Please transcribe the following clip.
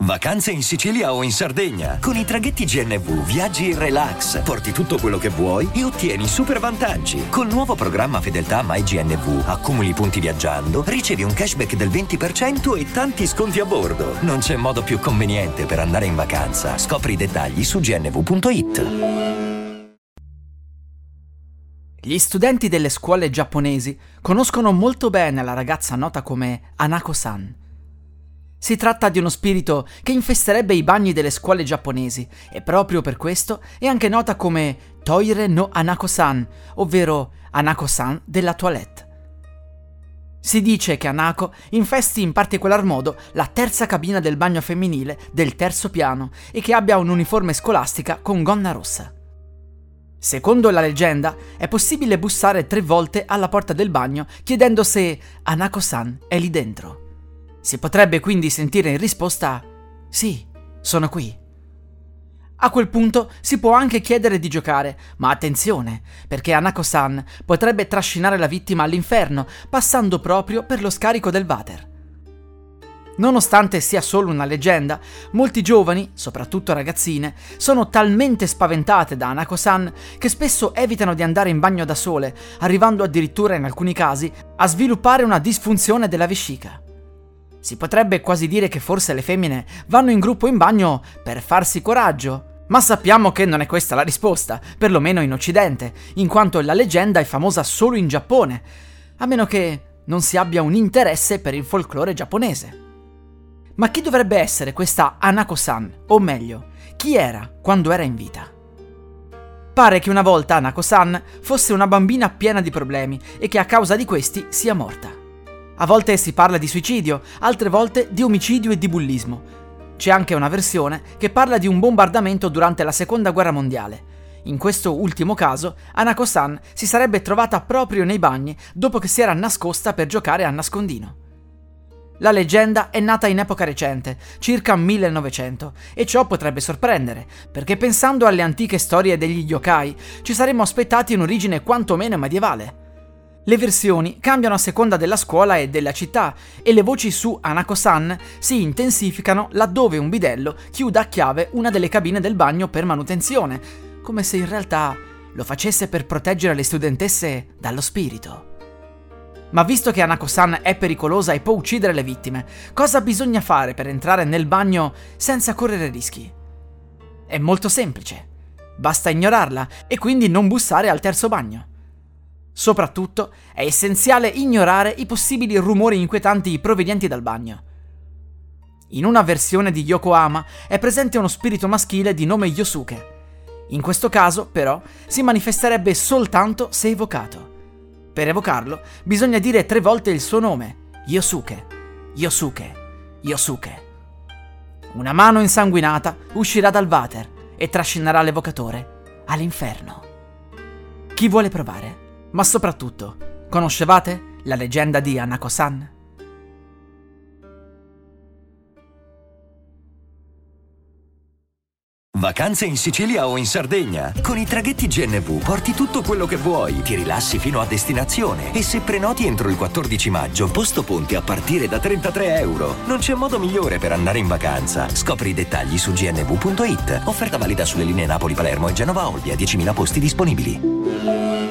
Vacanze in Sicilia o in Sardegna. Con i traghetti GNV viaggi in relax, porti tutto quello che vuoi e ottieni super vantaggi. Col nuovo programma Fedeltà MyGNV accumuli punti viaggiando, ricevi un cashback del 20% e tanti sconti a bordo. Non c'è modo più conveniente per andare in vacanza. Scopri i dettagli su gnv.it. Gli studenti delle scuole giapponesi conoscono molto bene la ragazza nota come Hanako-san. Si tratta di uno spirito che infesterebbe i bagni delle scuole giapponesi e proprio per questo è anche nota come Toire no Hanako-san, ovvero Hanako-san della toilette. Si dice che Hanako infesti in particolar modo la terza cabina del bagno femminile del terzo piano e che abbia un'uniforme scolastica con gonna rossa. Secondo la leggenda, è possibile bussare 3 volte alla porta del bagno chiedendo se Hanako-san è lì dentro. Si potrebbe quindi sentire in risposta «Sì, sono qui». A quel punto si può anche chiedere di giocare, ma attenzione, perché Hanako-san potrebbe trascinare la vittima all'inferno, passando proprio per lo scarico del water. Nonostante sia solo una leggenda, molti giovani, soprattutto ragazzine, sono talmente spaventate da Hanako-san che spesso evitano di andare in bagno da sole, arrivando addirittura in alcuni casi a sviluppare una disfunzione della vescica. Si potrebbe quasi dire che forse le femmine vanno in gruppo in bagno per farsi coraggio, ma sappiamo che non è questa la risposta, perlomeno in Occidente, in quanto la leggenda è famosa solo in Giappone, a meno che non si abbia un interesse per il folklore giapponese. Ma chi dovrebbe essere questa Hanako-san, o meglio, chi era quando era in vita? Pare che una volta Hanako-san fosse una bambina piena di problemi e che a causa di questi sia morta. A volte si parla di suicidio, altre volte di omicidio e di bullismo. C'è anche una versione che parla di un bombardamento durante la Seconda Guerra Mondiale. In questo ultimo caso, Hanako-san si sarebbe trovata proprio nei bagni dopo che si era nascosta per giocare a nascondino. La leggenda è nata in epoca recente, circa 1900, e ciò potrebbe sorprendere, perché pensando alle antiche storie degli yokai, ci saremmo aspettati un'origine quantomeno medievale. Le versioni cambiano a seconda della scuola e della città e le voci su Hanako-san si intensificano laddove un bidello chiuda a chiave una delle cabine del bagno per manutenzione, come se in realtà lo facesse per proteggere le studentesse dallo spirito. Ma visto che Hanako-san è pericolosa e può uccidere le vittime, cosa bisogna fare per entrare nel bagno senza correre rischi? È molto semplice. Basta ignorarla e quindi non bussare al terzo bagno. Soprattutto è essenziale ignorare i possibili rumori inquietanti provenienti dal bagno. In una versione di Yokohama è presente uno spirito maschile di nome Yosuke. In questo caso, però, si manifesterebbe soltanto se evocato. Per evocarlo bisogna dire 3 volte il suo nome: Yosuke, Yosuke, Yosuke. Una mano insanguinata uscirà dal water e trascinerà l'evocatore all'inferno. Chi vuole provare? Ma soprattutto, conoscevate la leggenda di Hanako-san? Vacanze in Sicilia o in Sardegna. Con i traghetti GNV porti tutto quello che vuoi, ti rilassi fino a destinazione e se prenoti entro il 14 maggio, posto ponti a partire da €33. Non c'è modo migliore per andare in vacanza. Scopri i dettagli su gnv.it. Offerta valida sulle linee Napoli-Palermo e Genova-Olbia, 10.000 posti disponibili.